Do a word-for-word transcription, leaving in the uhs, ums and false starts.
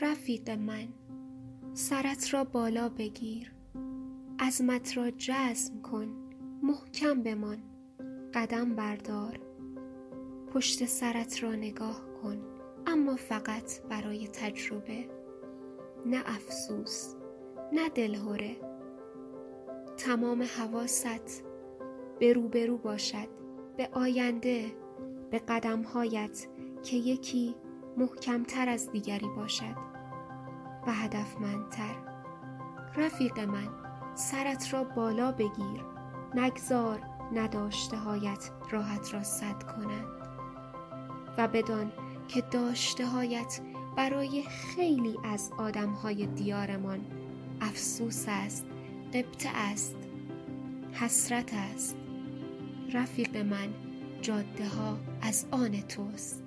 رفیق من، سرت را بالا بگیر، عزمت را جزم کن، محکم بمان، قدم بردار، پشت سرت را نگاه کن، اما فقط برای تجربه، نه افسوس، نه دلهره. تمام حواست به روبرو باشد، به آینده، به قدمهایت که یکی محکمتر از دیگری باشد و هدفمندتر. رفیق من، سرت را بالا بگیر، نگذار نداشته هایت راحت را سد کنند و بدان که داشته هایت برای خیلی از آدم های دیارمان افسوس است، غبطه است، حسرت است. رفیق من، جاده ها از آن توست.